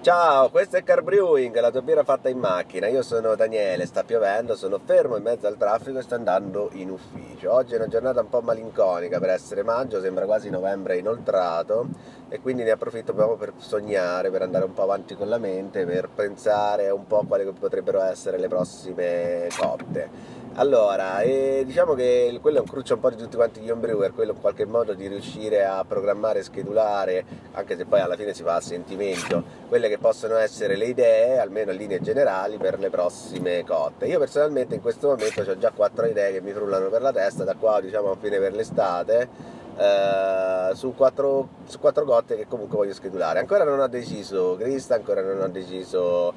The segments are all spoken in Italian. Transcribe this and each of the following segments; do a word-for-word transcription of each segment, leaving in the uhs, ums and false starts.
Ciao, questo è Car Brewing, la tua birra fatta in macchina. Io sono Daniele, sta piovendo, sono fermo in mezzo al traffico e sto andando in ufficio. Oggi è una giornata un po' malinconica per essere maggio, sembra quasi novembre inoltrato e quindi ne approfitto proprio per sognare, per andare un po' avanti con la mente, per pensare un po' quali potrebbero essere le prossime cotte. Allora, eh, diciamo che quello è un cruccio un po' di tutti quanti gli homebrewer, quello in qualche modo di riuscire a programmare e schedulare, anche se poi alla fine si fa a sentimento, quelle che possono essere le idee, almeno in linee generali, per le prossime cotte. Io personalmente in questo momento ho già quattro idee che mi frullano per la testa, da qua diciamo a fine per l'estate, Uh, su, quattro, su quattro cotte che comunque voglio schedulare. Ancora non ho deciso Grista, ancora non ho deciso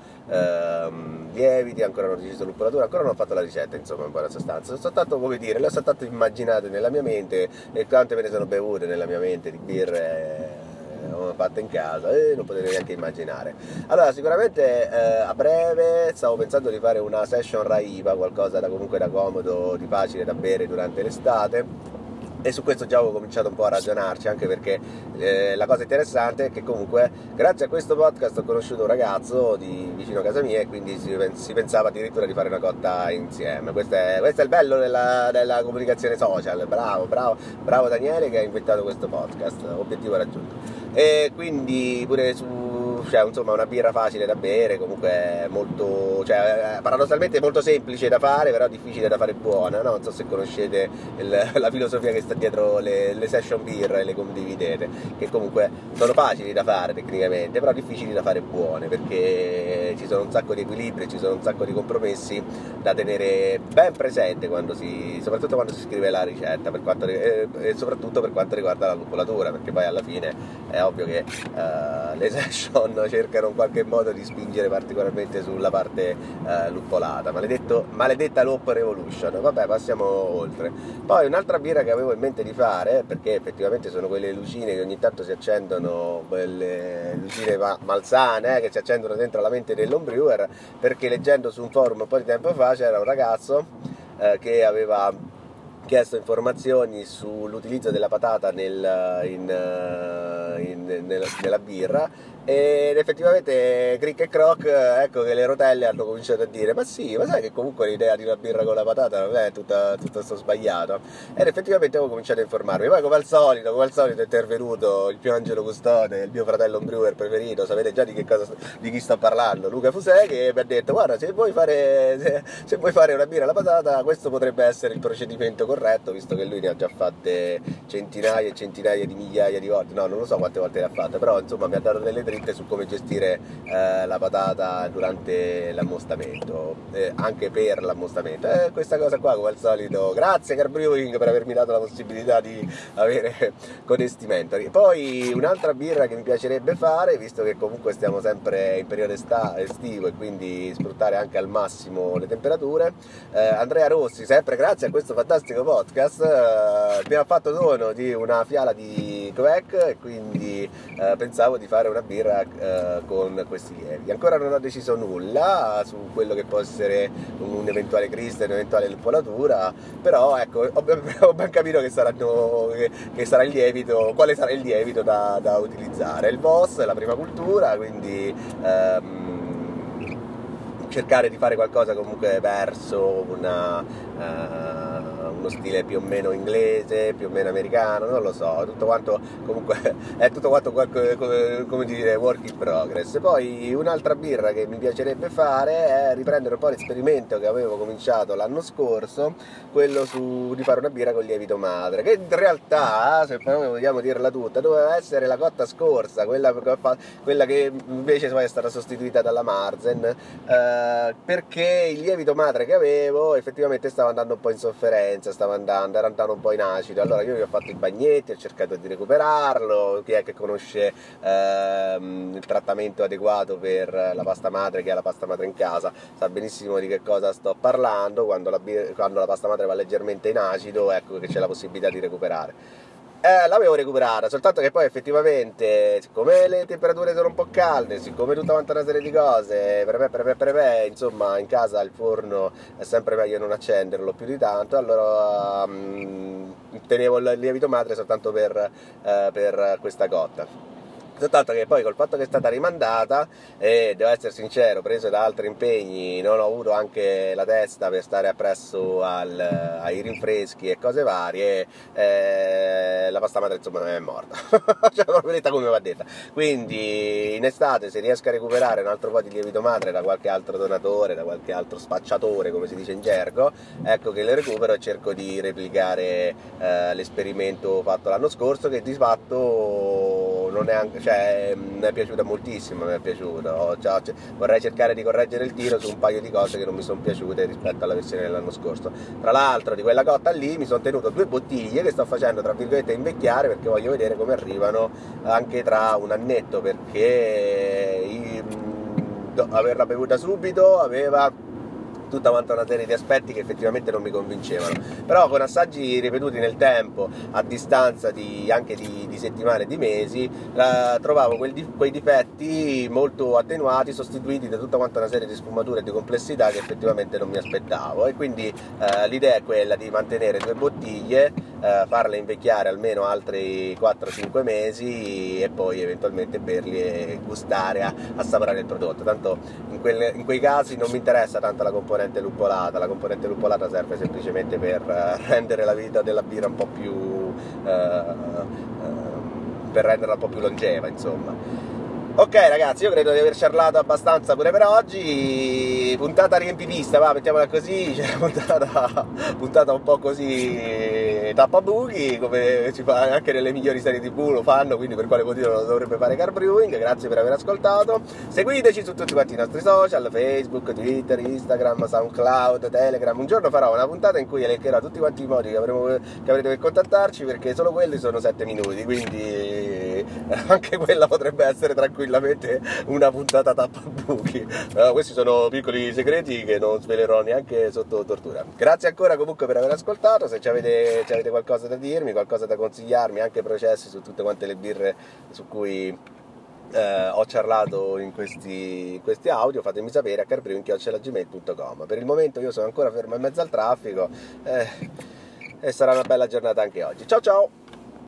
uh, lieviti, ancora non ho deciso luppolatura, ancora non ho fatto la ricetta, insomma, in buona sostanza. Sono soltanto, come dire, le ho soltanto immaginate nella mia mente e quante me ne sono bevute nella mia mente di birre eh, fatte in casa e eh, non potete neanche immaginare. Allora, sicuramente eh, a breve stavo pensando di fare una session Raiva, qualcosa da comunque da comodo, di facile da bere durante l'estate. E su questo già avevo cominciato un po' a ragionarci, anche perché eh, la cosa interessante è che comunque grazie a questo podcast ho conosciuto un ragazzo di vicino a casa mia e quindi si, si pensava addirittura di fare una cotta insieme. Questo è, questo è il bello della, della comunicazione social. Bravo, bravo, bravo Daniele che ha inventato questo podcast, obiettivo raggiunto. E quindi pure su, cioè, insomma, una birra facile da bere, comunque molto, cioè, paradossalmente molto semplice da fare, però difficile da fare buona, no? Non so se conoscete il, la filosofia che sta dietro le, le session beer e le condividete, che comunque sono facili da fare tecnicamente, però difficili da fare buone, perché ci sono un sacco di equilibri, ci sono un sacco di compromessi da tenere ben presente quando si, soprattutto quando si scrive la ricetta, per quanto, eh, e soprattutto per quanto riguarda la luppolatura, perché poi alla fine è ovvio che uh, le session cercano in qualche modo di spingere particolarmente sulla parte uh, luppolata. Maledetto, maledetta Lop Revolution. Vabbè, passiamo oltre. Poi un'altra birra che avevo in mente di fare, perché effettivamente sono quelle lucine che ogni tanto si accendono, quelle lucine malsane eh, che si accendono dentro la mente dell'homebrewer, perché leggendo su un forum un po' di tempo fa c'era un ragazzo eh, che aveva chiesto informazioni sull'utilizzo della patata nel, in, in, nella, nella birra, ed effettivamente cric e croc, ecco che le rotelle hanno cominciato a dire ma sì, ma sai che comunque l'idea di una birra con la patata non è tutta, tutta sto sbagliato, ed effettivamente avevo cominciato a informarmi. Poi come al solito, come al solito è intervenuto il mio angelo custode, il mio fratello brewer preferito, sapete già di che cosa, di chi sto parlando, Luca Fusè, che mi ha detto guarda, se vuoi fare, se, se vuoi fare una birra alla patata questo potrebbe essere il procedimento corretto, visto che lui ne ha già fatte centinaia e centinaia di migliaia di volte, no, non lo so quante volte le ha fatte, però insomma mi ha dato delle dritte su come gestire eh, la patata durante l'ammostamento, eh, anche per l'ammostamento. Eh, questa cosa qua, come al solito, grazie Car Brewing per avermi dato la possibilità di avere codesti mentori. Poi un'altra birra che mi piacerebbe fare, visto che comunque stiamo sempre in periodo estivo e quindi sfruttare anche al massimo le temperature, eh, Andrea Rossi, sempre grazie a questo fantastico podcast, eh, mi ha fatto dono di una fiala di Quebec e quindi eh, pensavo di fare una birra Uh, con questi lievi. Ancora non ho deciso nulla su quello che può essere un eventuale crista, un'eventuale luppolatura, però ecco, ho, ho ben capito che, saranno, che, che sarà il lievito, quale sarà il lievito da, da utilizzare. Il V O S è la prima cultura, quindi um, cercare di fare qualcosa comunque verso una uh, uno stile più o meno inglese, più o meno americano, non lo so, tutto quanto comunque è tutto quanto come, come dire work in progress. Poi un'altra birra che mi piacerebbe fare è riprendere un po' l'esperimento che avevo cominciato l'anno scorso, quello su, di fare una birra con lievito madre, che in realtà, se poi vogliamo dirla tutta, doveva essere la cotta scorsa, quella, quella che invece poi è stata sostituita dalla Marzen, eh, perché il lievito madre che avevo effettivamente stava andando un po' in sofferenza, stava andando, era andando un po' in acido. Allora io gli ho fatto i bagnetti, ho cercato di recuperarlo. Chi è che conosce ehm, il trattamento adeguato per la pasta madre, che ha la pasta madre in casa, sa benissimo di che cosa sto parlando. Quando la, quando la pasta madre va leggermente in acido, ecco che c'è la possibilità di recuperare. Eh, l'avevo recuperata, soltanto che poi effettivamente, siccome le temperature sono un po' calde, siccome tutta quanta una serie di cose, prepe, prepe, prepe, insomma in casa il forno è sempre meglio non accenderlo più di tanto, allora um, tenevo il lievito madre soltanto per, uh, per questa cotta. Soltanto che poi col fatto che è stata rimandata e devo essere sincero, preso da altri impegni, non ho avuto anche la testa per stare appresso al, ai rinfreschi e cose varie, eh, la pasta madre insomma è morta, cioè proprio detta come va detta. Quindi in estate, se riesco a recuperare un altro po' di lievito madre da qualche altro donatore, da qualche altro spacciatore come si dice in gergo, ecco che le recupero e cerco di replicare eh, l'esperimento fatto l'anno scorso, che di fatto non è anche, cioè, mi è piaciuta moltissimo, mi è piaciuto, cioè, vorrei cercare di correggere il tiro su un paio di cose che non mi sono piaciute rispetto alla versione dell'anno scorso. Tra l'altro di quella cotta lì mi sono tenuto due bottiglie che sto facendo tra virgolette invecchiare, perché voglio vedere come arrivano anche tra un annetto, perché i, do, averla bevuta subito aveva tutta quanta una serie di aspetti che effettivamente non mi convincevano, però con assaggi ripetuti nel tempo, a distanza di, anche di, di settimane e di mesi, la, trovavo quel, quei difetti molto attenuati, sostituiti da tutta quanta una serie di sfumature e di complessità che effettivamente non mi aspettavo, e quindi eh, l'idea è quella di mantenere due bottiglie, eh, farle invecchiare almeno altri quattro cinque mesi e poi eventualmente berli e gustare, a, assaporare il prodotto. Tanto in, quelle, in quei casi non mi interessa tanto la componente luppolata, la componente luppolata serve semplicemente per uh, rendere la vita della birra un po' più uh, uh, per renderla un po' più longeva, insomma. Ok ragazzi, io credo di aver parlato abbastanza pure per oggi, puntata riempivista, va, mettiamola così, cioè, puntata, puntata un po' così tappabuchi, come si fa anche nelle migliori serie tv, lo fanno, quindi per quale motivo non lo dovrebbe fare Car Brewing. Grazie per aver ascoltato, seguiteci su tutti quanti i nostri social, Facebook, Twitter, Instagram, SoundCloud, Telegram. Un giorno farò una puntata in cui elencherò tutti quanti i modi che, avremo, che avrete per contattarci, perché solo quelli sono sette minuti, quindi anche quella potrebbe essere tranquilla una puntata tappabuchi. Uh, questi sono piccoli segreti che non svelerò neanche sotto tortura. Grazie ancora comunque per aver ascoltato. Se avete, se avete qualcosa da dirmi, qualcosa da consigliarmi, anche processi su tutte quante le birre su cui eh, ho parlato in questi, in questi audio, fatemi sapere a carbrewing chiocciola gmail punto com. Per il momento io sono ancora fermo in mezzo al traffico eh, e sarà una bella giornata anche oggi. Ciao ciao!